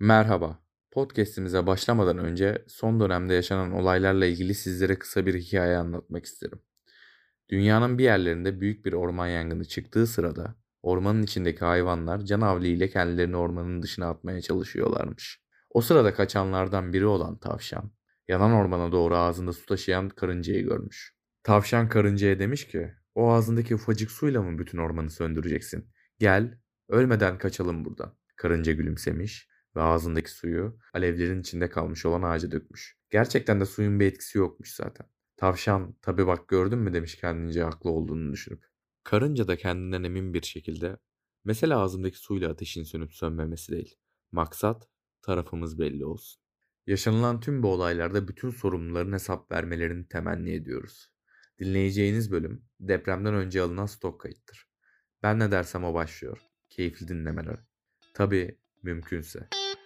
Merhaba. Podcast'imize başlamadan önce son dönemde yaşanan olaylarla ilgili sizlere kısa bir hikaye anlatmak isterim. Dünyanın bir yerlerinde büyük bir orman yangını çıktığı sırada ormanın içindeki hayvanlar canavliyle kendilerini ormanın dışına atmaya çalışıyorlarmış. O sırada kaçanlardan biri olan tavşan, yanan ormana doğru ağzında su taşıyan karıncayı görmüş. Tavşan karıncaya demiş ki, o ağzındaki ufacık suyla mı bütün ormanı söndüreceksin? Gel, ölmeden kaçalım buradan. Karınca gülümsemiş ve ağzındaki suyu alevlerin içinde kalmış olan ağaca dökmüş. Gerçekten de suyun bir etkisi yokmuş zaten. Tavşan tabii bak gördün mü demiş kendince haklı olduğunu düşünüp. Karınca da kendinden emin bir şekilde mesele ağzımdaki suyla ateşin sönüp sönmemesi değil. Maksat tarafımız belli olsun. Yaşanılan tüm bu olaylarda bütün sorumluların hesap vermelerini temenni ediyoruz. Dinleyeceğiniz bölüm depremden önce alınan stok kayıttır. Ben ne dersem o başlıyor. Keyifli dinlemeler. Tabii mümkünse.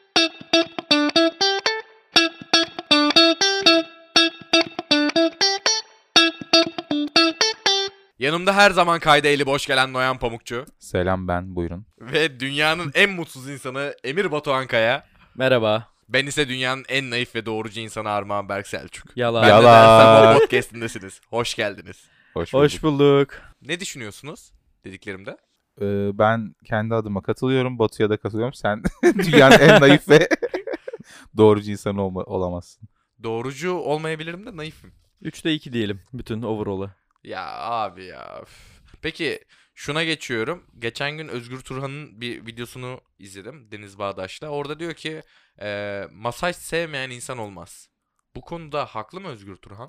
Yanımda her zaman kayda eli boş gelen Noyan Pamukçu Selam ben buyurun. ve dünyanın en mutsuz insanı Emir Batuhan Kaya. Merhaba. Ben ise dünyanın en naif ve doğrucu insanı Armağan Berk Selçuk. Yalan. Ben de dersem o podcast'indesiniz. Hoş geldiniz. Hoş bulduk. Ne düşünüyorsunuz dediklerimde? Ben kendi adıma katılıyorum. Batu'ya da katılıyorum. Sen dünyanın en naif ve doğrucu insanı olamazsın. Doğrucu olmayabilirim de naifim. 3'te 2 diyelim bütün overall'ı. Ya abi ya. Üf. Peki şuna geçiyorum. Geçen gün Özgür Turhan'ın bir videosunu izledim Deniz Bağdaş'la. Orada diyor ki masaj sevmeyen insan olmaz. Bu konuda haklı mı Özgür Turhan?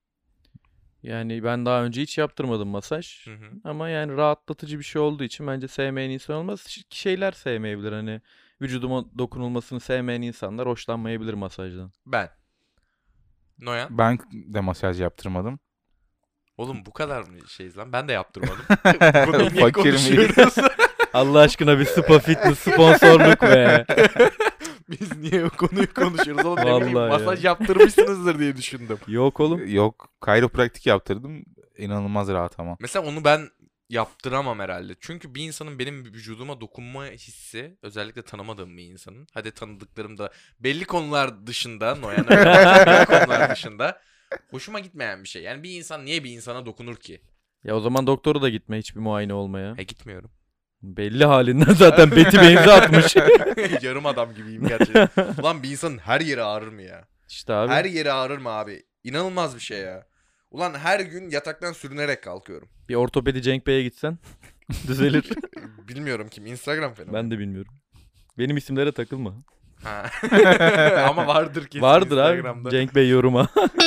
Yani ben daha önce hiç yaptırmadım masaj. Hı hı. Ama yani rahatlatıcı bir şey olduğu için bence sevmeyen insan olmaz. Şeyler sevmeyebilir hani. Vücuduma dokunulmasını sevmeyen insanlar hoşlanmayabilir masajdan. Ben. Noyan. Ben de masaj yaptırmadım. Oğlum bu kadar mı şeyiz lan? Ben de yaptırmadım. Bunu niye Fakir miyiz? konuşuyoruz? Allah aşkına bir Spa Fitness sponsorluk be. Biz niye bu konuyu konuşuyoruz oğlum? Ne bileyim, Vallahi ya. masaj yaptırmışsınızdır diye düşündüm. Yok oğlum. Yok, kayropraktik yaptırdım. İnanılmaz rahat ama. Mesela onu ben yaptıramam herhalde. Çünkü bir insanın benim vücuduma dokunma hissi, özellikle tanımadığım bir insanın, hadi tanıdıklarım da belli konular dışında, Noyan öyle, belli konular dışında hoşuma gitmeyen bir şey. Yani bir insan niye bir insana dokunur ki? Ya o zaman doktora da gitme hiçbir muayene olmaya. Gitmiyorum. Belli halinden zaten beti benzi atmış. Yarım adam gibiyim gerçekten. Ulan bir insanın her yeri ağrır mı ya? İşte abi. Her yeri ağrır mı abi? İnanılmaz bir şey ya. Ulan her gün yataktan sürünerek kalkıyorum. Bir ortopedi Cenk Bey'e gitsen düzelir. Bilmiyorum kim. Instagram fenomeni. Ben de bilmiyorum. Benim isimlere takılma. Ha. Ama vardır kesin Vardır Instagram'da. abi. Cenk Bey yoruma.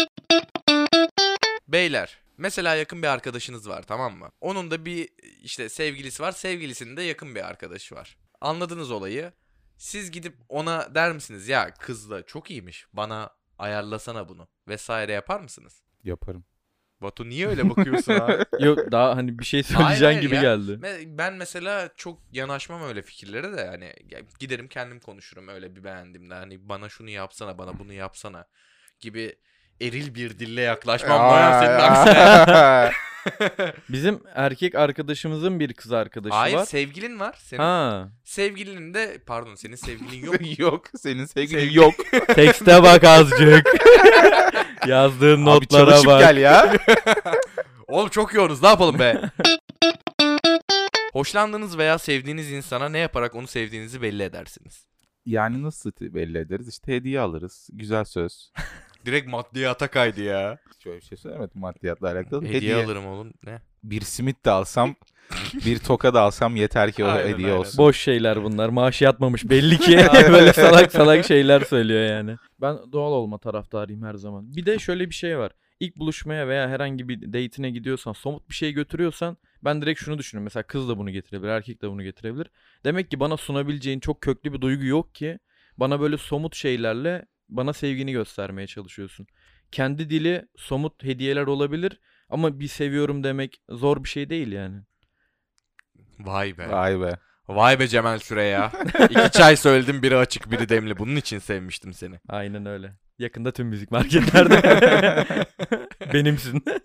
Beyler, mesela yakın bir arkadaşınız var, tamam mı? Onun da bir işte sevgilisi var. Sevgilisinin de yakın bir arkadaşı var. Anladınız olayı. Siz gidip ona der misiniz? Ya kız da çok iyiymiş. Bana ayarlasana bunu. Vesaire yapar mısınız? Yaparım. Batu niye öyle bakıyorsun abi? Yok daha hani bir şey Hayır, söyleyeceğin hayır gibi ya. geldi. Ben mesela çok yanaşmam öyle fikirlere de, yani giderim kendim konuşurum öyle bir beğendiğimde, hani bana şunu yapsana, bana bunu yapsana gibi eril bir dille yaklaşmam. Noyan senin aksine. Bizim erkek arkadaşımızın bir kız arkadaşı Hayır, var. sevgilin var senin. Ha. Sevgilinin de, pardon, senin sevgilin yok. Yok. Senin sevgilin Sevgili- yok. Tekste bak azıcık. Yazdığın Abi notlara çalışıp bak. gel ya. Oğlum çok yoğunuz, ne yapalım be? Hoşlandığınız veya sevdiğiniz insana ne yaparak onu sevdiğinizi belli edersiniz? Yani nasıl belli ederiz? İşte hediye alırız. Güzel söz. Direkt maddiyata kaydı ya. Şöyle bir şey söylemedim maddiyatla alakalı. Hediye alırım oğlum, ne? Bir simit de alsam, bir toka da alsam yeter ki o Aynen, hediye aynen. olsun. Boş şeyler bunlar. Maaşı yatmamış belli ki. Böyle salak salak şeyler söylüyor yani. Ben doğal olma taraftarıyım her zaman. Bir de şöyle bir şey var. İlk buluşmaya veya herhangi bir date'ine gidiyorsan, somut bir şey götürüyorsan ben direkt şunu düşünüyorum. Mesela kız da bunu getirebilir, erkek de bunu getirebilir. Demek ki bana sunabileceğin çok köklü bir duygu yok ki bana böyle somut şeylerle bana sevgini göstermeye çalışıyorsun. Kendi dili somut hediyeler olabilir ama bir seviyorum demek zor bir şey değil yani. Vay be. Vay be. Vay be Cemal Süreya. 2 çay söyledim, biri açık biri demli. Bunun için sevmiştim seni. Aynen öyle. Yakında tüm müzik marketlerde. Benimsin.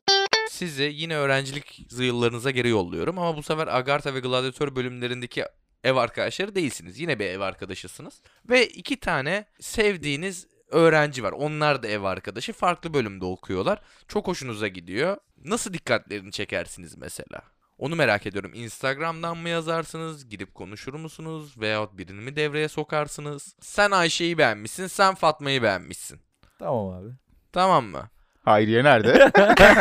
Sizi yine öğrencilik yıllarınıza geri yolluyorum ama bu sefer Agartha ve Gladiator bölümlerindeki ev arkadaşları değilsiniz. Yine bir ev arkadaşısınız. Ve 2 tane sevdiğiniz öğrenci var. Onlar da ev arkadaşı. Farklı bölümde okuyorlar. Çok hoşunuza gidiyor. Nasıl dikkatlerini çekersiniz mesela? Onu merak ediyorum. Instagram'dan mı yazarsınız? Gidip konuşur musunuz? Veyahut birini mi devreye sokarsınız? Sen Ayşe'yi beğenmişsin. Sen Fatma'yı beğenmişsin. Tamam abi. Tamam mı? Hayriye nerede?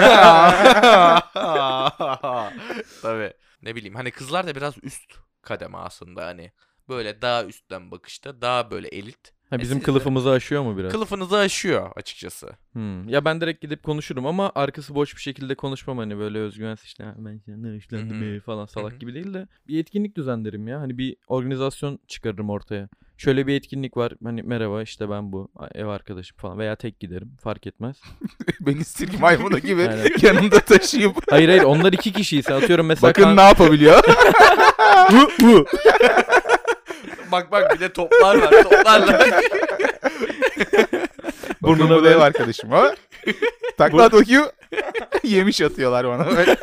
Tabii. Ne bileyim hani kızlar da biraz üst kademe aslında hani. Böyle daha üstten bakışta. Daha böyle elit. Ha, bizim siz de- kılıfımızı aşıyor mu biraz? Kılıfınızı aşıyor açıkçası. Ya ben direkt gidip konuşurum ama arkası boş bir şekilde konuşmam, hani böyle özgüvensiz işte "Ha, ben senden hoşlandım falan salak gibi değil de bir etkinlik düzenlerim ya. Hani bir organizasyon çıkarırım ortaya. Şöyle bir etkinlik var, hani merhaba işte ben bu ev arkadaşım falan, veya tek giderim fark etmez. Beni sirk maymunu gibi Aynen. yanımda taşıyıp Hayır onlar 2 kişiyse atıyorum mesela bakın ne yapabiliyor. Bak bir de toplar var. Toplarla. Burnuna Burnuna da ev ben- arkadaşım o. Takla at bakıyor. Yemiş atıyorlar bana.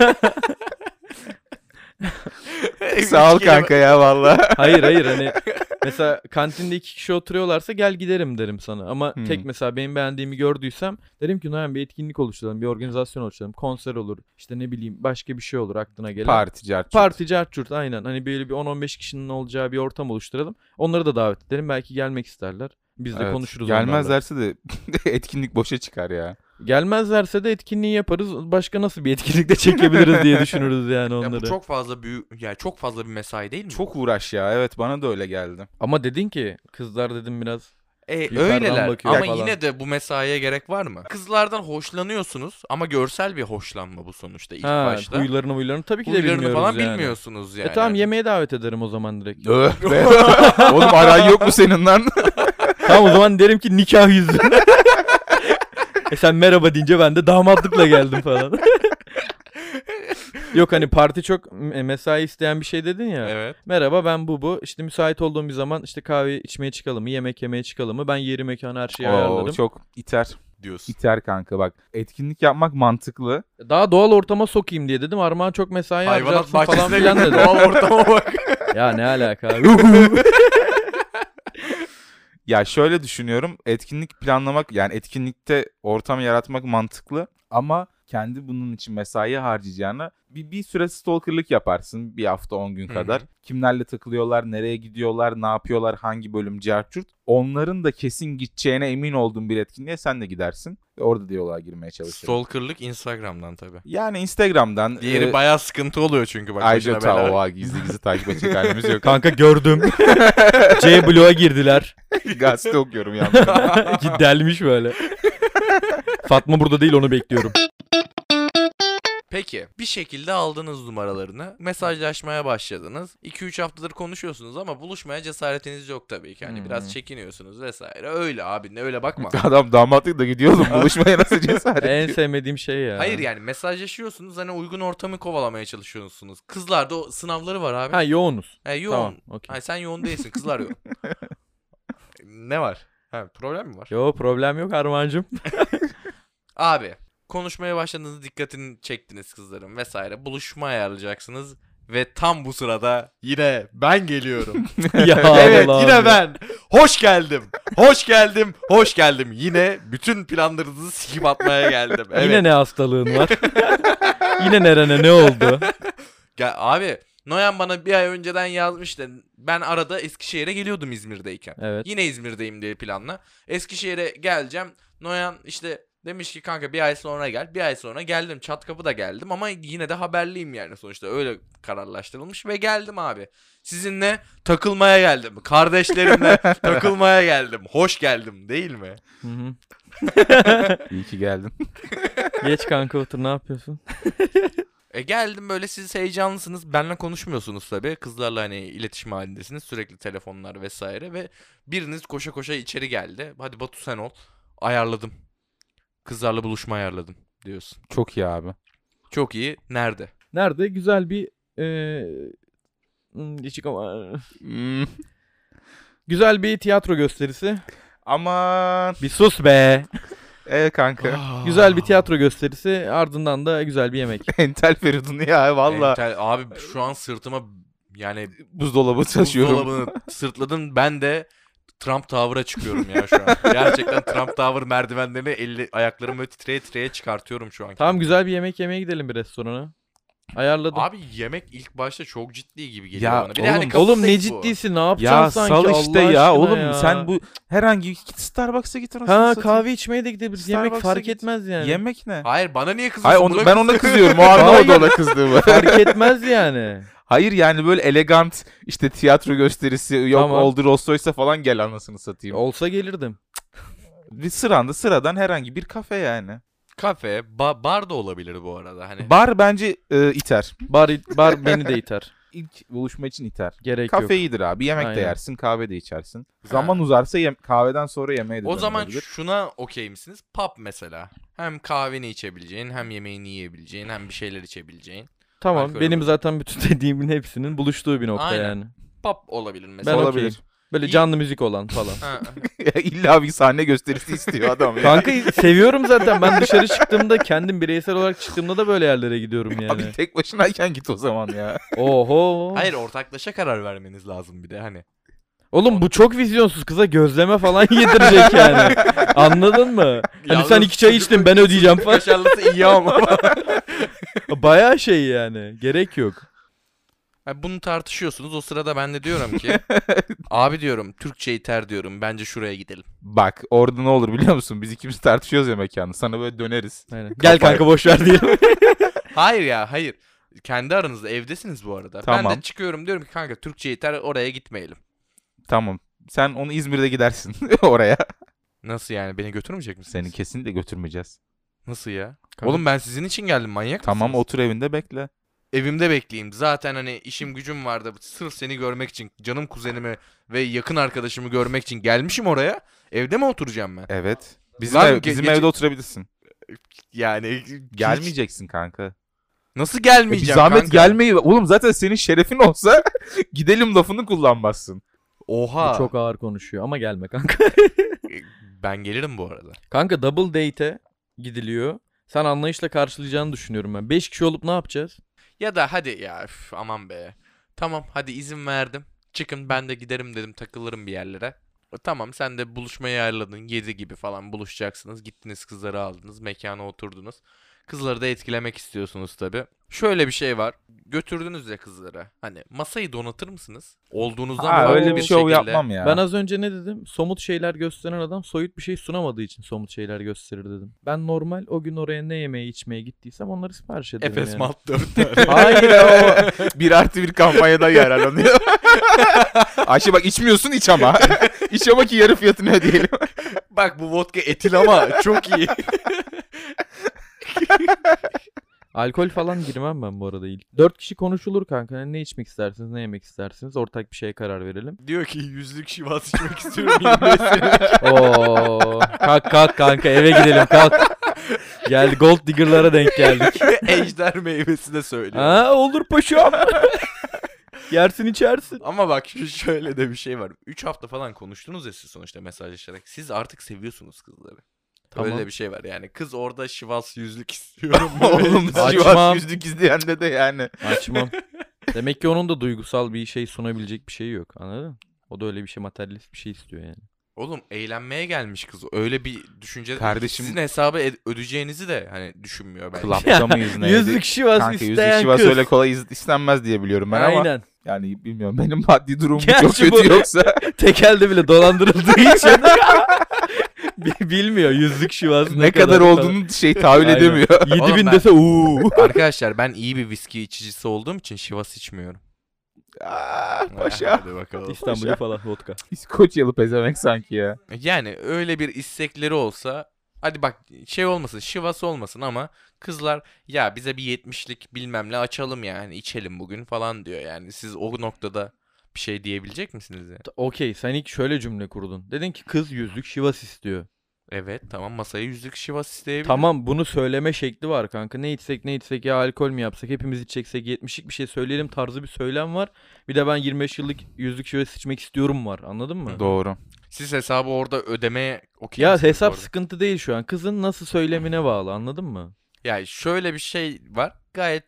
Sağ ol kanka ya valla. Hayır hani mesela kantinde 2 kişi oturuyorlarsa gel giderim derim sana. Ama Hmm. tek mesela benim beğendiğimi gördüysem derim ki Noyan bir etkinlik oluşturalım, bir organizasyon oluşturalım. Konser olur, işte ne bileyim başka bir şey olur aklına gelen. Parti cart. Parti, cart curt, aynen. Hani böyle bir 10-15 kişinin olacağı bir ortam oluşturalım. Onları da davet edelim. Belki gelmek isterler. Biz de Evet, konuşuruz onlarla. gelmezlerse de etkinlik boşa çıkar ya. Gelmezlerse de etkinliği yaparız. Başka nasıl bir etkinlikte çekebiliriz diye düşünürüz yani Ya onları. bu çok fazla büyük, yani çok fazla bir mesai değil mi? Çok uğraş ya. Evet bana da öyle geldi. Ama dedin ki kızlar dedim biraz. Yukarıdan Öyleler bakıyor ama falan. yine de bu mesaiye gerek var mı? Kızlardan hoşlanıyorsunuz ama görsel bir hoşlanma bu sonuçta ilk Ha, başta. huylarını tabii ki de Huylarını bilmiyoruz falan yani. bilmiyorsunuz yani. Tamam yemeğe davet ederim o zaman direkt. Öh be. Oğlum aran yok mu senin lan? Tamam o zaman derim ki nikah yüzüne. Sen merhaba deyince ben de damatlıkla geldim falan. Yok hani parti çok mesai isteyen bir şey dedin ya. Evet. Merhaba ben bu. İşte müsait olduğum bir zaman işte kahve içmeye çıkalım mı, yemek yemeye çıkalım mı? Ben yeri mekanı her şeyi ayarlarım. Çok iter. Diyorsun. İter kanka bak. Etkinlik yapmak mantıklı. Daha doğal ortama sokayım diye dedim. Armağan çok mesai Hayvanat harcarsın falan bahçesine filan gidip dedi. doğal ortama bak. Ya ne alaka abi? Ya şöyle düşünüyorum. Etkinlik planlamak yani etkinlikte ortam yaratmak mantıklı ama kendi bunun için mesai harcayacağına bir süre stalkerlık yaparsın. Bir hafta 10 gün Hı hı. kadar. Kimlerle takılıyorlar, nereye gidiyorlar, ne yapıyorlar, hangi bölüm carçurt. Onların da kesin gideceğine emin olduğun bir etkinliğe sen de gidersin. Ve orada diyaloğa girmeye çalışırsın. Stalkerlık Instagram'dan tabii. Yani Instagram'dan. Diğeri bayağı sıkıntı oluyor çünkü bak başına Ayrıca bela. oha gizli gizli takip edecek halimiz yok. Kanka gördüm. C bloğa girdiler. Gazete okuyorum yanlarında. Delmiş böyle. Fatma burada değil, onu bekliyorum. Peki bir şekilde aldınız numaralarını, mesajlaşmaya başladınız. 2-3 haftadır konuşuyorsunuz ama buluşmaya cesaretiniz yok tabii ki. Hani biraz çekiniyorsunuz vesaire. Öyle abi ne öyle bakma. Adam damatlık da gidiyor oğlum. Buluşmaya nasıl cesaret En ediyor? sevmediğim şey ya. Hayır yani mesajlaşıyorsunuz hani uygun ortamı kovalamaya çalışıyorsunuz. Kızlar da o sınavları var abi. Ha yoğunuz. Yoğun. Tamam, okey. Hayır sen yoğun değilsin, kızlar yoğun. Ne var? Ha, problem mi var? Yo problem yok Armağancığım. Abi konuşmaya başladığınız dikkatini çektiniz kızların vesaire. Buluşma ayarlayacaksınız ve tam bu sırada yine ben geliyorum. Ya Evet Allah'ım yine ya. ben. Hoş geldim. Hoş geldim. Hoş geldim. Yine bütün planlarınızı sikip atmaya geldim. Evet. Yine ne hastalığın var? Yine nerene ne oldu? Abi Noyan bana bir ay önceden yazmıştı. Ben arada Eskişehir'e geliyordum İzmir'deyken. Evet. Yine İzmir'deyim diye planla. Eskişehir'e geleceğim. Noyan işte demiş ki kanka bir ay sonra gel. Bir ay sonra geldim. Çatkapı da geldim ama yine de haberliyim yani sonuçta. Öyle kararlaştırılmış ve geldim abi. Sizinle takılmaya geldim. Kardeşlerimle takılmaya geldim. Hoş geldim değil mi? Hı hı. İyi ki geldin. Geç kanka otur, ne yapıyorsun? Geldim böyle siz heyecanlısınız. Benimle konuşmuyorsunuz tabii. Kızlarla hani iletişim halindesiniz. Sürekli telefonlar vesaire ve biriniz koşa koşa içeri geldi. Hadi Batu sen ol. Ayarladım. Kızlarla buluşma ayarladım diyorsun. Çok iyi abi. Çok iyi. Nerede? Nerede? Güzel bir güzel bir tiyatro gösterisi. Aman. Bir sus be. Kanka. Güzel bir tiyatro gösterisi, ardından da güzel bir yemek. Entel Feridun ya valla. Abi şu an sırtıma Yani Buzdolabı taşıyorum. buzdolabını sırtladın, ben de Trump Tower'a çıkıyorum ya şu an. Gerçekten Trump Tower merdivenlerini ayaklarımı böyle titreye titreye çıkartıyorum şu an. Tamam, güzel bir yemek yemeye gidelim bir restorana. Ayarladım. Abi yemek ilk başta çok ciddi gibi geliyor Ya bana. Bir de oğlum- hani Oğlum kasıt ne bu. ciddisi, ne yapacaksın Ya sanki sal işte Allah ya aşkına oğlum ya. sen bu herhangi git Starbucks'a git anasını Ha, satayım. kahve içmeye de gidebiliriz. Yemek Starbucks'a fark git. etmez yani. Yemek ne? Hayır, bana niye kızıyorsun? Hayır Buna ben ona kızıyorsun. kızıyorum. O anlamadı Hayır. ona kızdığımı. Fark etmez yani. Hayır yani böyle elegant işte tiyatro gösterisi yok Tamam. oldu Rolls Royce'a falan gel anasını satayım. Olsa gelirdim. Bir sıradan herhangi bir kafe yani. Kafe, bar da olabilir bu arada. Hani Bar bence iter. Bar beni de iter. İlk buluşma için iter. Gerek Kafe yok. iyidir abi. Yemek de Aynen. yersin, kahve de içersin. Zaman uzarsa kahveden sonra yemeğe de o zaman dönülebilir. şuna okey misiniz? Pub mesela. Hem kahveni içebileceğin, hem yemeğini yiyebileceğin, hem bir şeyler içebileceğin. Tamam, Alkol benim olur. zaten bütün dediğimin hepsinin buluştuğu bir nokta Aynen. yani. Pub olabilir mesela. Ben Olabilir. okeyim. Böyle İyi. canlı müzik olan falan. Ha, İlla bir sahne gösterisi istiyor adam ya. Kanka seviyorum zaten. Ben dışarı çıktığımda, kendim bireysel olarak çıktığımda da böyle yerlere gidiyorum yani. Abi tek başınayken git o zaman ya. Oho. Hayır, ortaklaşa karar vermeniz lazım bir de hani. Oğlum bu çok vizyonsuz, kıza gözleme falan yedirecek yani. Anladın mı? Hani Yalnız sen 2 çay sucuk içtin, ben ödeyeceğim falan. Kaşarlısı iyi ama. Bayağı şey yani. Gerek yok. Yani bunu tartışıyorsunuz. O sırada ben de diyorum ki abi diyorum, Türkçe iter diyorum. Bence şuraya gidelim. Bak orada ne olur biliyor musun? Biz ikimiz tartışıyoruz ya mekanı. Sana böyle döneriz. Aynen. Gel kanka boş ver diyelim. Hayır ya, hayır. Kendi aranızda evdesiniz bu arada. Ben Tamam. de çıkıyorum, diyorum ki kanka Türkçe iter, oraya gitmeyelim. Tamam. Sen onu İzmir'de gidersin oraya. Nasıl yani, beni götürmeyecek misiniz? Seni kesinlikle götürmeyeceğiz. Nasıl ya? Kanka- Oğlum ben sizin için geldim, manyak Tamam mısınız? otur evinde bekle. Evimde bekleyeyim. Zaten hani işim gücüm vardı. Sırf seni görmek için, canım kuzenimi ve yakın arkadaşımı görmek için gelmişim oraya. Evde mi oturacağım ben? Evet. Bizim, Lan bizim gece- evde oturabilirsin. Yani Gelmeyeceksin kanka. Nasıl Bir gelmeyeceğim zahmet kanka? gelmeyi. Oğlum zaten senin şerefin olsa gidelim lafını kullanmazsın. Oha. Bu çok ağır konuşuyor ama gelme kanka. Ben gelirim bu arada. Kanka double date'e gidiliyor. Sen anlayışla karşılayacağını düşünüyorum ben. 5 kişi olup ne yapacağız? Ya da hadi ya aman be. Tamam hadi izin verdim. Çıkın, ben de giderim dedim, takılırım bir yerlere. Tamam, sen de buluşmayı ayarladın. 7 gibi falan buluşacaksınız. Gittiniz, kızları aldınız. Mekana oturdunuz. Kızları da etkilemek istiyorsunuz tabii. Şöyle bir şey var. Götürdünüz ya kızları. Hani masayı donatır mısınız? Olduğunuzdan Ha, farklı öyle bir şov şekilde. yapmam ya. Ben az önce ne dedim? Somut şeyler gösteren adam soyut bir şey sunamadığı için somut şeyler gösterir dedim. Ben normal o gün oraya ne yemeye içmeye gittiysem onları sipariş ederim Efes yani. Malt 4 tane. Hayır o 1+1 kampanyada yararlanıyor. Ayşe bak içmiyorsun iç ama. İç ama ki yarı fiyatını ödeyelim. Bak bu vodka etil ama çok iyi. Alkol falan girmem ben bu arada ilk. 4 kişi konuşulur kanka. Ne içmek istersiniz, ne yemek istersiniz? Ortak bir şeye karar verelim. Diyor ki 100'lük şivas içmek istiyorum. 25 senelik. Oo, kalk kanka, eve gidelim kalk. Geldi, Gold Digger'lara denk geldik. Ejder meyvesi de söylüyor. Ha olur paşam. Yersin içersin. Ama bak şöyle de bir şey var. 3 hafta falan konuştunuz ya siz sonuçta mesajlaşarak. Siz artık seviyorsunuz kızları. Tamam. Öyle bir şey var yani. Kız orada şivas 100'lük istiyorum. Oğlum Açmam. Sivas yüzlük izleyende de yani. Açmam. Demek ki onun da duygusal bir şey sunabilecek bir şeyi yok. Anladın mı? O da öyle bir şey, materyalist bir şey istiyor yani. Oğlum eğlenmeye gelmiş kız. Öyle bir düşünce. Kardeşim- Sizin hesabı ödeyeceğinizi de hani düşünmüyor bence. Klapta mıyız neydi? Yüzlük şivas Kanka yüzlük isteyen şivas kız. öyle kolay istenmez diye biliyorum ben ama. Aynen. Yani bilmiyorum benim maddi durumum Gerçi çok kötü bu- yoksa. Tekelde bile dolandırıldığı için bilmiyor yüzlük şivas ne kadar olduğunu tahayyül Aynen. edemiyor. 7000 Oğlum ben- dese uuu. Arkadaşlar ben iyi bir viski içicisi olduğum için şivas içmiyorum. Paşa. Hadi bakalım. İstanbul'u falan vodka. İskoçyalı pezevenk sanki ya. Yani öyle bir istekleri olsa, hadi bak şey olmasın, şivas olmasın ama kızlar ya bize bir 70'lik bilmem ne açalım yani, içelim bugün falan diyor yani. Siz o noktada bir şey diyebilecek misiniz yani? Okey, sen ilk şöyle cümle kurdun. Dedin ki kız yüzlük şivas istiyor. Evet tamam, masaya 100'lük şivas isteyebilir. Tamam, bunu söyleme şekli var kanka. Ne içsek ya alkol mü yapsak, hepimiz içeceksek 70'lik bir şey söyleyelim tarzı bir söylem var. Bir de ben 25 yıllık yüzlük şivas içmek istiyorum var, anladın mı? Doğru. Siz hesabı orada ödemeye okey Ya misiniz hesap orada? sıkıntı değil şu an. Kızın nasıl söylemine bağlı, anladın mı? Yani şöyle bir şey var. Gayet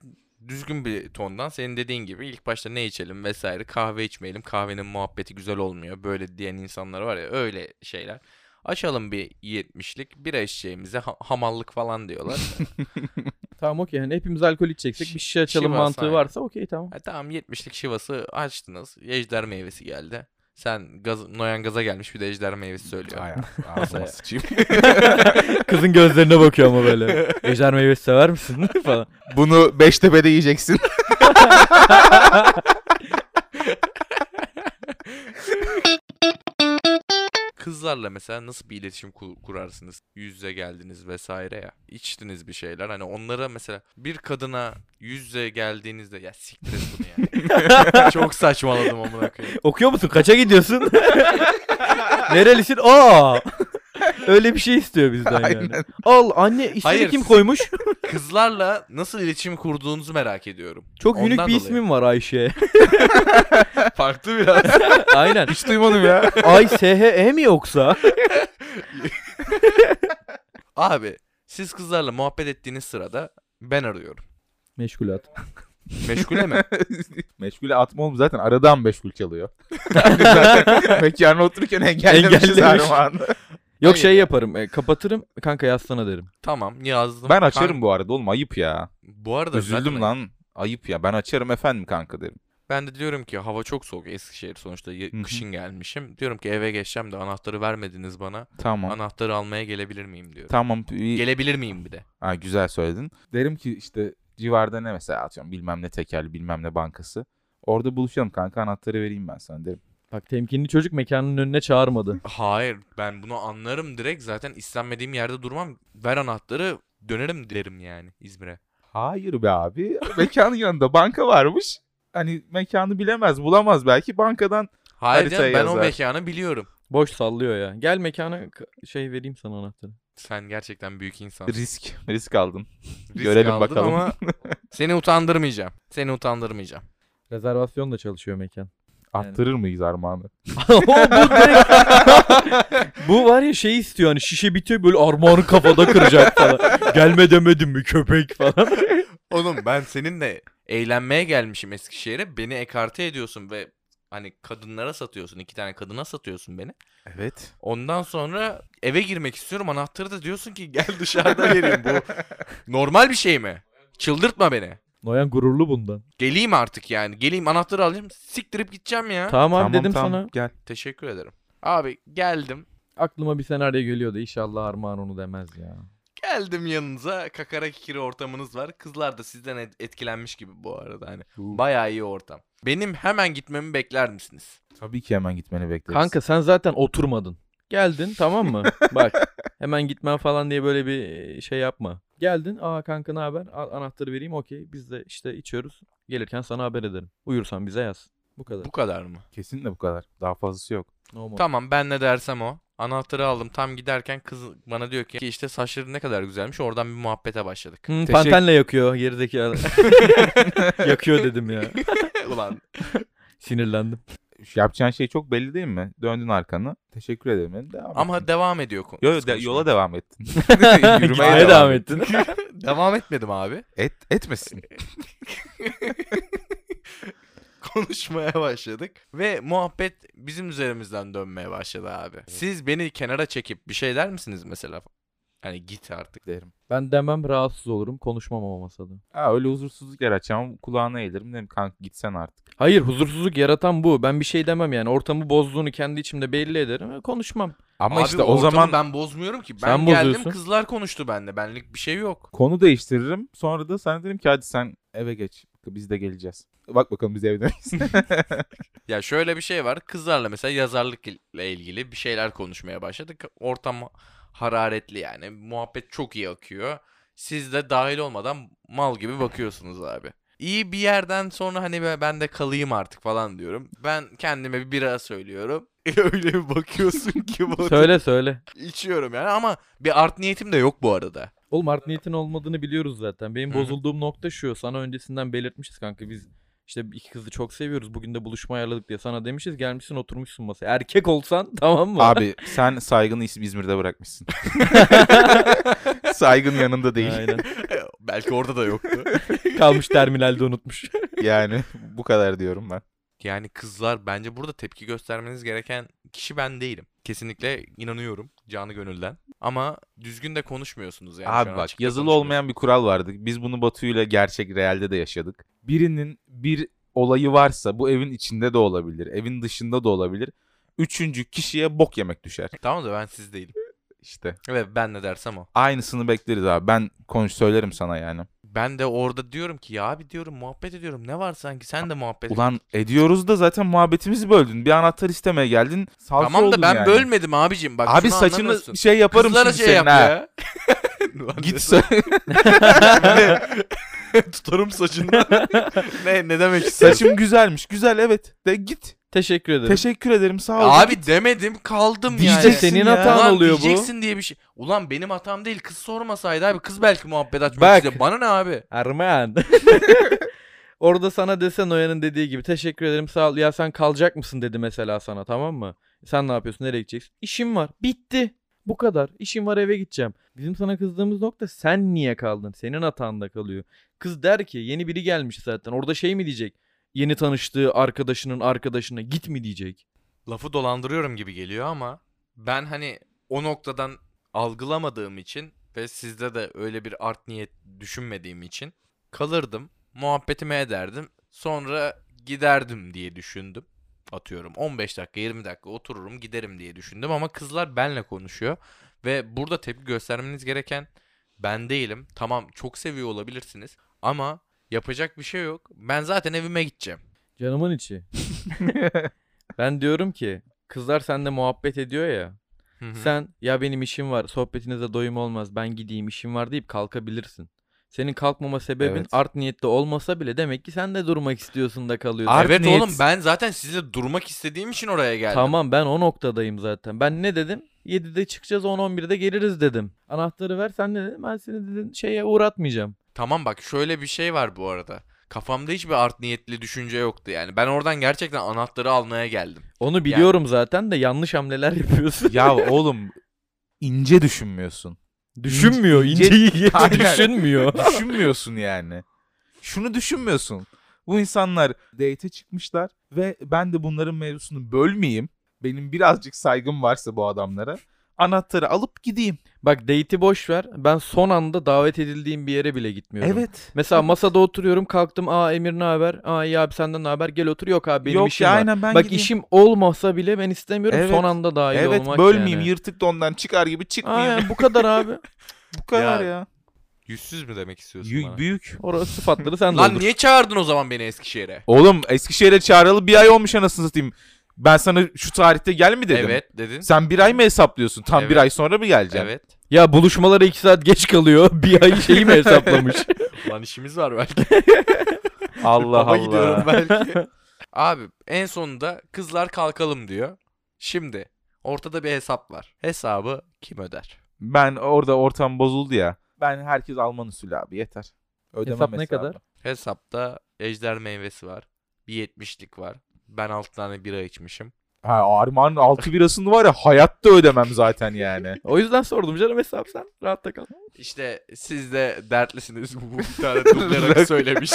düzgün bir tondan senin dediğin gibi ilk başta ne içelim vesaire, kahve içmeyelim, kahvenin muhabbeti güzel olmuyor böyle diyen insanlar var ya, öyle şeyler. Açalım bir 70'lik bira içeceğimize hamallık falan diyorlar. Tamam okey. Yani hepimiz alkol içeceksek bir şişe açalım Şivas, mantığı aynen. varsa okey tamam. Tamam 70'lik şivası açtınız. Ejder meyvesi geldi. Sen Noyan gaza gelmiş bir de ejder meyvesi söylüyor. Ay, ağzıma sıçayım. Kızın gözlerine bakıyor ama böyle. Ejder meyvesi sever misin falan. Bunu Beştepe'de yiyeceksin. Kızlarla mesela nasıl bir iletişim kurarsınız? Yüz yüze geldiniz vesaire ya. İçtiniz bir şeyler. Hani onlara mesela bir kadına yüz yüze geldiğinizde ya siktir et bunu ya. Çok saçmaladım amına koyayım. Okuyor musun? Kaça gidiyorsun? Nerelisin? Aa! Öyle bir şey istiyor bizden yani. Aynen. Al anne ismini Hayır. kim koymuş? Kızlarla nasıl iletişim kurduğunuzu merak ediyorum. Çok unik Ondan bir dolayı. ismim var Ayşe. Farklı biraz. Aynen. Hiç duymadım ya. Ay SHE mi yoksa? Abi siz kızlarla muhabbet ettiğiniz sırada ben arıyorum. Meşgulat. Meşgule mi? Meşgule atma oğlum, zaten aradan meşgul çalıyor. Zaten mekana otururken engellemişiz Engellemiş. Armağan'ı. Yok Hayır şey ya. yaparım. Kapatırım. Kanka yazsana derim. Tamam yazdım. Ben açarım bu arada oğlum, ayıp ya. Bu arada Üzüldüm zaten lan. Ayıp ya. Ben açarım efendim kanka derim. ben de diyorum ki hava çok soğuk Eskişehir sonuçta hı. kışın gelmişim. Diyorum ki eve geçeceğim de anahtarı vermediniz bana. Tamam. Anahtarı almaya gelebilir miyim diyorum. Tamam. Gelebilir miyim bir de. Ha, güzel söyledin. Derim ki işte civarda ne mesela, atıyorum bilmem ne tekelli bilmem ne bankası. Orada buluşalım kanka, anahtarı vereyim ben sana derim. Bak temkinli çocuk mekanın önüne çağırmadı. Hayır ben bunu anlarım direkt, zaten istenmediğim yerde durmam. Ver anahtarı dönerim derim yani İzmir'e. Hayır be abi. Mekanın yanında banka varmış. Hani mekanı bilemez, bulamaz belki. Bankadan Hayır Haritaya canım, ben o yazar. mekanı biliyorum. Boş sallıyor ya. Gel mekana şey vereyim sana anahtarı. Sen gerçekten büyük insansın. risk aldın. Risk görelim aldın bakalım. ama seni utandırmayacağım. Seni utandırmayacağım. Rezervasyon da çalışıyor mekan. Attırır mıyız Armağan'ı? Bu var ya şey istiyor hani şişe bitiyor böyle armağanı kafada kıracak falan. Gelme demedim mi köpek falan. Oğlum ben seninle eğlenmeye gelmişim Eskişehir'e. Beni ekarte ediyorsun ve hani kadınlara satıyorsun. 2 tane kadına satıyorsun beni. Evet. Ondan sonra eve girmek istiyorum. Anahtarı da diyorsun ki gel dışarıda vereyim. Bu normal bir şey mi? Çıldırtma beni. Noyan gururlu bundan. Geleyim artık yani. Geleyim anahtarı alayım. Siktirip gideceğim ya. Tamam abi dedim tamam, sana. gel. Teşekkür ederim. Abi geldim. Aklıma bir senaryo geliyordu. İnşallah Armağan onu demez ya. Geldim yanınıza. Kakara kikiri ortamınız var. Kızlar da sizden etkilenmiş gibi bu arada. Hani bayağı iyi ortam. Benim hemen gitmemi bekler misiniz? Tabii ki hemen gitmeni bekleriz. Kanka sen zaten oturmadın. Geldin tamam mı? Bak hemen gitmen falan diye böyle bir şey yapma. Geldin aa kanka ne haber? Al, anahtarı vereyim okey. Biz de işte içiyoruz. Gelirken sana haber ederim. Uyursan bize yaz. Bu kadar. Bu kadar mı? Kesinlikle bu kadar. Daha fazlası yok. Normal. Tamam ben ne dersem o. Anahtarı aldım. Tam giderken kız bana diyor ki işte saçları ne kadar güzelmiş. Oradan bir muhabbete başladık. Pantenle yakıyor gerizekalı. Yakıyor dedim ya. Ulan Sinirlendim. Yapacağın şey çok belli değil mi? Döndün arkanı. Teşekkür ederim. Devam ama ettin. devam ediyor konu. Yola devam ettin. Gitmeye devam ettin. Devam etmedim abi. Etmesin. Konuşmaya başladık ve muhabbet bizim üzerimizden dönmeye başladı abi. Siz beni kenara çekip bir şey der misiniz mesela? Hani git artık. Derim. Ben demem rahatsız olurum. Konuşmam o masada. Ha, öyle huzursuzluk yaratacağım. Kulağına eğilirim. Derim kanka gitsen artık. Hayır huzursuzluk yaratan bu. Ben bir şey demem yani. Ortamı bozduğunu kendi içimde belli ederim. Konuşmam. Ama Abi işte o ortamı zaman ben bozmuyorum ki. Ben Sen geldim bozuyorsun. kızlar konuştu bende. Benlik bir şey yok. konu değiştiririm. Sonra da sana derim ki hadi sen eve geç. Biz de geleceğiz. Bak bakalım biz evde miyiz? Ya şöyle bir şey var. Kızlarla mesela yazarlıkla ilgili bir şeyler konuşmaya başladık. Ortam hararetli yani. Muhabbet çok iyi akıyor. Siz de dahil olmadan mal gibi bakıyorsunuz abi. İyi bir yerden sonra hani ben de kalayım artık falan diyorum. Ben kendime bir bira söylüyorum. Öyle bir bakıyorsun ki Batu. Söyle. İçiyorum yani ama bir art niyetim de yok bu arada. Oğlum art niyetin olmadığını biliyoruz zaten. Benim Hı hı. bozulduğum nokta şu. Sana öncesinden belirtmişiz kanka. Biz işte iki kızı çok seviyoruz. Bugün de buluşma ayarladık diye sana demişiz. Gelmişsin oturmuşsun masaya. Erkek olsan tamam mı? Abi sen saygını İzmir'de bırakmışsın. Saygın yanında değil. Aynen. Belki orada da yoktu. Kalmış terminalde unutmuş. Yani bu kadar diyorum ben. Yani kızlar bence burada tepki göstermeniz gereken kişi ben değilim. Kesinlikle inanıyorum canı gönülden. Ama düzgün de konuşmuyorsunuz yani. Şu Abi an bak açıkta yazılı konuşmuyorsunuz. olmayan bir kural vardı. Biz bunu Batu'yla gerçek realde de yaşadık. Birinin bir olayı varsa bu evin içinde de olabilir, evin dışında da olabilir. Üçüncü kişiye bok yemek düşer. Tamam da ben siz değilim. İşte Evet ben ne dersem o. aynısını bekleriz abi. Ben söylerim sana yani. Ben de orada diyorum ki ya abi diyorum muhabbet ediyorum. Ne var sanki sen de muhabbet Ulan ediyoruz da zaten muhabbetimizi böldün. Bir anahtar istemeye geldin. Salça Tamam da oldun ben yani. bölmedim abicim. Bak Abi şunu saçını anlamıyorsun. şey yaparım Kızlara şimdi şey senin yap ha. ya. Git Tutarım saçından. ne demek istiyorsun? saçım güzelmiş. Güzel evet. De git. Teşekkür ederim. Teşekkür ederim sağ ol. Abi demedim kaldım Diyeceksin yani. Senin ya. hatan Ulan oluyor bu. diyeceksin diye bir şey. Ulan benim hatam değil. Kız sormasaydı abi. Kız belki muhabbet açmak Bak. istedi. Bana ne abi? Erman. Orada sana dese Noyan'ın dediği gibi teşekkür ederim sağ ol. Ya sen kalacak mısın dedi mesela sana, tamam mı? Sen ne yapıyorsun, nereye gideceksin? İşim var. Bitti. Bu kadar. İşim var, eve gideceğim. Bizim sana kızdığımız nokta sen niye kaldın? Senin hatanda kalıyor. Kız der ki yeni biri gelmiş zaten. Orada şey mi diyecek? Yeni tanıştığı arkadaşının arkadaşına git mi diyecek? Lafı dolandırıyorum gibi geliyor ama ben hani o noktadan algılamadığım için ve sizde de öyle bir art niyet düşünmediğim için kalırdım, muhabbetimi ederdim, sonra giderdim diye düşündüm. Atıyorum 15 dakika 20 dakika otururum giderim diye düşündüm ama kızlar benle konuşuyor ve burada tepki göstermeniz gereken ben değilim. Tamam çok seviyor olabilirsiniz ama yapacak bir şey yok. Ben zaten evime gideceğim. Canımın içi. Ben diyorum ki kızlar seninle muhabbet ediyor ya. Hı hı. Sen ya benim işim var, sohbetinize doyum olmaz, ben gideyim işim var deyip kalkabilirsin. Senin kalkmama sebebin Evet. art niyetli olmasa bile demek ki sen de durmak istiyorsun da kalıyorsun. Art Evet niyet- oğlum ben zaten sizle durmak istediğim için oraya geldim. Tamam, ben o noktadayım zaten. Ben ne dedim? 7'de çıkacağız, 10-11'de geliriz dedim. Anahtarı ver, sen ne dedin? Ben seni dedin şeye uğratmayacağım. Tamam bak şöyle bir şey var bu arada. Kafamda hiçbir art niyetli düşünce yoktu yani. Ben oradan gerçekten anahtarı almaya geldim. Onu biliyorum zaten de yanlış hamleler yapıyorsun. Ya oğlum ince düşünmüyorsun. Düşünmüyor, İnce- inceyi Aynen. düşünmüyor. Düşünmüyorsun yani. Şunu düşünmüyorsun. Bu insanlar date'e çıkmışlar ve ben de bunların mevzusunu bölmeyeyim. Benim birazcık saygım varsa bu adamlara. Anahtarı alıp gideyim. Bak date'i boş ver. Ben son anda davet edildiğim bir yere bile gitmiyorum. Evet. Mesela masada oturuyorum, kalktım. Aa Emir ne haber? Aa iyi abi senden ne haber? Gel otur. Yok abi benim Yok işim ya, var. aynen ben Bak gideyim. işim olmasa bile ben istemiyorum. Evet. Son anda dahil Evet olmak bölmeyeyim. yani. Yırtık dondan çıkar gibi çıkmayayım. Aynen bu kadar abi. Bu kadar Ya, ya. Yüzsüz mü demek istiyorsun bana? Büyük. Orası sıfatları sen Lan doldur. niye çağırdın o zaman beni Eskişehir'e? Oğlum Eskişehir'e çağrılalı bir ay olmuş anasını satayım. Ben sana şu tarihte gel mi dedim. Evet dedin. Sen bir ay mı hesaplıyorsun? Tam bir Evet. ay sonra mı geleceksin? Evet. Ya buluşmalara 2 saat geç kalıyor. Bir ay şeyi mi hesaplamış? Lan işimiz var belki. Allah Ama gidiyorum Allah. belki. Abi en sonunda kızlar kalkalım diyor. Şimdi ortada bir hesap var. Hesabı kim öder? Ben orada ortam bozuldu ya. Ben herkes Alman usulü abi yeter. Ödemem Hesap ne hesabı. kadar? Hesapta ejder meyvesi var. Bir 70'lik var. Ben 6 tane bira içmişim. Ha Armağan'ın 6 birasını var ya hayatta ödemem zaten yani. O yüzden sordum canım, hesap sen. Rahatta kal. İşte siz de dertlisiniz. Bu bir tane dublerarak söylemiş.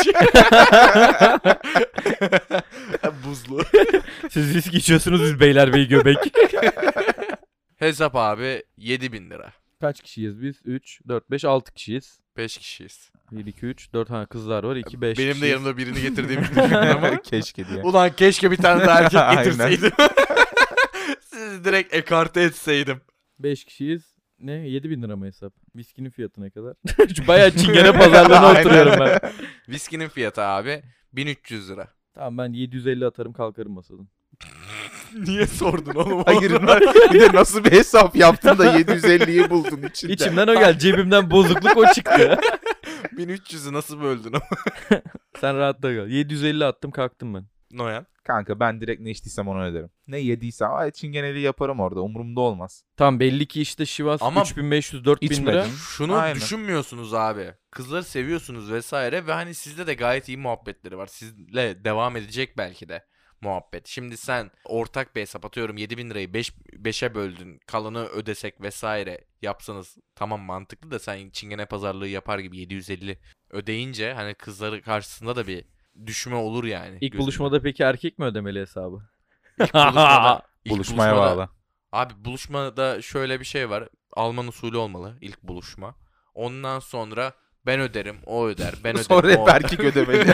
Buzlu. Siz viski içiyorsunuz, biz beylerbeyi göbek. Hesap abi 7.000 lira. Kaç kişiyiz biz? 3, 4, 5, 6 kişiyiz. 5 kişiyiz. 1, 2, 3, 4 ha kızlar var. 2, 5 Benim de yanımda birini getirdiğimi düşündüm ama. Keşke diye. Ulan keşke bir tane daha erkek Aynen. getirseydim. Sizi direkt ekarte etseydim. 5 kişiyiz. Ne? 7.000 lira mı hesap? Viskinin fiyatı ne kadar? Şu bayağı çingene pazarlığına Aynen. oturuyorum ben. Viskinin fiyatı abi 1300 lira. Tamam ben 750 atarım kalkarım masadan. Niye sordun oğlum? Hayır bir de nasıl bir hesap yaptın da 750'yi buldun içinde. İçimden o geldi. Cebimden bozukluk o çıktı. 1300'ü nasıl böldün ama? Sen rahatta kal. 750 attım kalktım ben. Noyan. Kanka ben direkt ne içtiysem onu öderim. Ne yediysem ay çingeneli yaparım orada umurumda olmaz. Tamam belli ki işte Şivas Ama 3500-4000 lira. içmedim. Şunu Aynen. düşünmüyorsunuz abi. Kızları seviyorsunuz vesaire ve hani sizde de gayet iyi muhabbetleri var. Sizle devam edecek belki de. muhabbet. Şimdi sen ortak bir hesap atıyorum 7.000 lirayı 5'e böldün. Kalanı ödesek vesaire yapsanız tamam mantıklı da sen çingene pazarlığı yapar gibi 750 ödeyince hani kızları karşısında da bir düşme olur yani. İlk gözünde. buluşmada peki erkek mi ödemeli hesabı? İlk Buluşmaya buluşmada- bağlı. Abi buluşmada şöyle bir şey var. Alman usulü olmalı ilk buluşma. Ondan sonra ben öderim, o öder. Ben öderim, Sonra hep o öder. erkek ödemeli.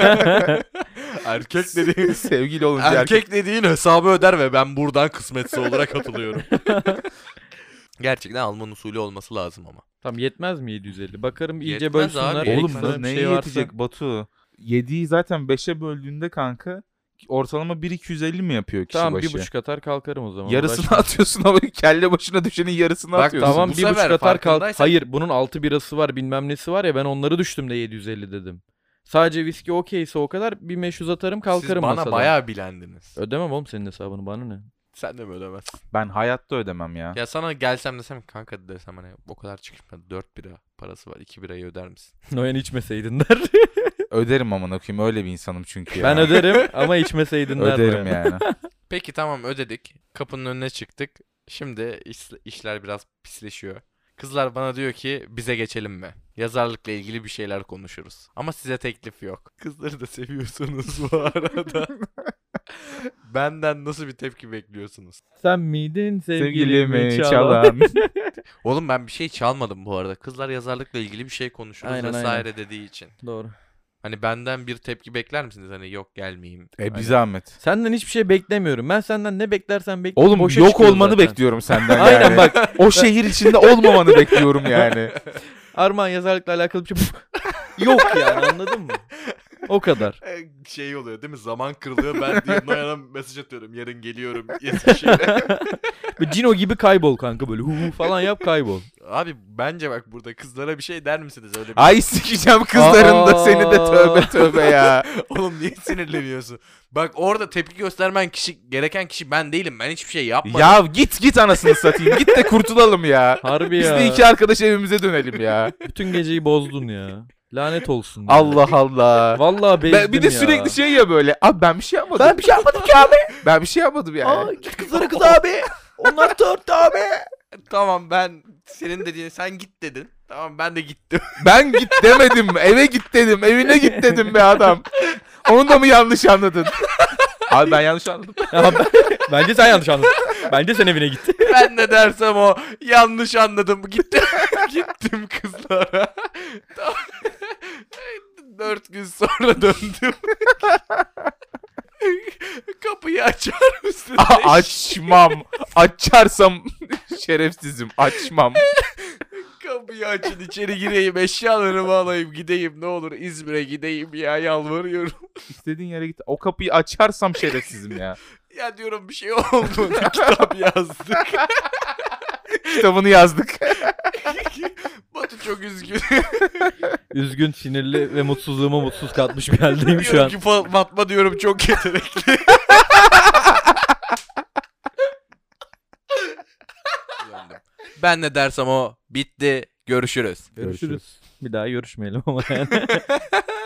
Erkek dediğin Sevgili olunca erkek dediğin hesabı öder ve ben buradan kısmetse olarak katılıyorum. Gerçekten Alman usulü olması lazım ama. Tam yetmez mi 750? Bakarım iyice Yetmez bölsünler. abi, Oğlum Ekstra da bir neye şey varsa- yetecek Batu? 7'yi zaten 5'e böldüğünde kanka ortalama 1.250 mi yapıyor kişi Tamam başı? 1,5 atar kalkarım o zaman. Yarısını Uğraşma. atıyorsun ama kelle başına düşenin yarısını Bak, atıyorsun. Tamam Bu 1,5 sefer atar kalk. farkındaysan- Hayır bunun 6 birası var bilmem nesi var ya ben onları düştüm de 750 dedim. Sadece viski okeyse o kadar 1500 atarım kalkarım Siz bana masadan. bayağı bilendiniz. Ödemem oğlum senin hesabını bana ne? Sen de mi ödemezsin? Ben hayatta ödemem ya. Ya sana gelsem desem kanka desem hani o kadar çıkmadı 4 bira parası var 2 birayı öder misin? Noyan içmeseydin der. Öderim amına koyayım öyle bir insanım çünkü ya. Ben öderim ama içmeseydin der. Öderim Noyan. yani. Peki tamam ödedik. Kapının önüne çıktık. Şimdi işler biraz pisleşiyor. Kızlar bana diyor ki bize geçelim mi? Yazarlıkla ilgili bir şeyler konuşuruz. Ama size teklif yok. Kızları da seviyorsunuz bu arada. Benden nasıl bir tepki bekliyorsunuz? Sen miydin Sevgilimi sevgilimi çalan? çalan. Oğlum ben bir şey çalmadım bu arada. Kızlar yazarlıkla ilgili bir şey konuşuruz Aynen, vesaire dediği için. Doğru. Hani benden bir tepki bekler misiniz? Hani yok gelmeyeyim. Bir Hani- zahmet. Senden hiçbir şey beklemiyorum. Ben senden ne beklersen bekle. Oğlum boşa yok çıkıyor olmanı zaten. bekliyorum senden Aynen yani. bak. O şehir içinde olmamanı bekliyorum yani. Armağan yazarlıkla alakalı bir şey yok yani anladın mı? O kadar. Şey oluyor değil mi? Zaman kırılıyor. Ben diye Noyan'a mesaj atıyorum. Yarın geliyorum Eskişehir'e. Böyle Cino gibi kaybol kanka böyle hu falan yap kaybol. Abi bence bak burada kızlara bir şey der misiniz öyle bir? Ay sikeceğim kızların da seni de tövbe tövbe ya. Oğlum niye sinirleniyorsun? Bak orada tepki göstermen gereken kişi ben değilim. Ben hiçbir şey yapmadım. Ya git anasını satayım. Git de kurtulalım ya. Harbi Biz ya. de iki arkadaş evimize dönelim ya. Bütün geceyi bozdun ya. Lanet olsun. ya. Allah Allah. Vallahi bezdim Bir de ya. sürekli şey ya böyle. Abi ben bir şey yapmadım. Ben bir şey yapmadım ki abi. Ben bir şey yapmadım yani. Git kızlara kız abi. Onlar tört abi. Tamam ben senin dediğin sen git dedin. Tamam ben de gittim. Ben git demedim. Eve git dedim. Evine git dedim be adam. Onu da mı yanlış anladın? Abi ben yanlış anladım. Ya bence sen yanlış anladın. Bence sen evine git. Ben ne dersem o. Yanlış anladım. Gittim. Gittim kızlara. Tamam. 4 gün sonra döndüm. Kapıyı açar mısın? Açmam. Açarsam şerefsizim. Açmam. Kapıyı açın içeri gireyim eşyalarımı alayım gideyim ne olur İzmir'e gideyim ya yalvarıyorum. İstediğin yere git. O kapıyı açarsam şerefsizim ya. Ya diyorum bir şey oldu. Kitap yazdık. Kitabını yazdık. Batu çok üzgün. Üzgün, sinirli ve mutsuzluğuma mutsuz katmış bir haldeyim şu Diyorum an. ki Fatma diyorum çok yetenekli. Ben ne dersem o bitti. Görüşürüz. Görüşürüz. Bir daha görüşmeyelim ama yani.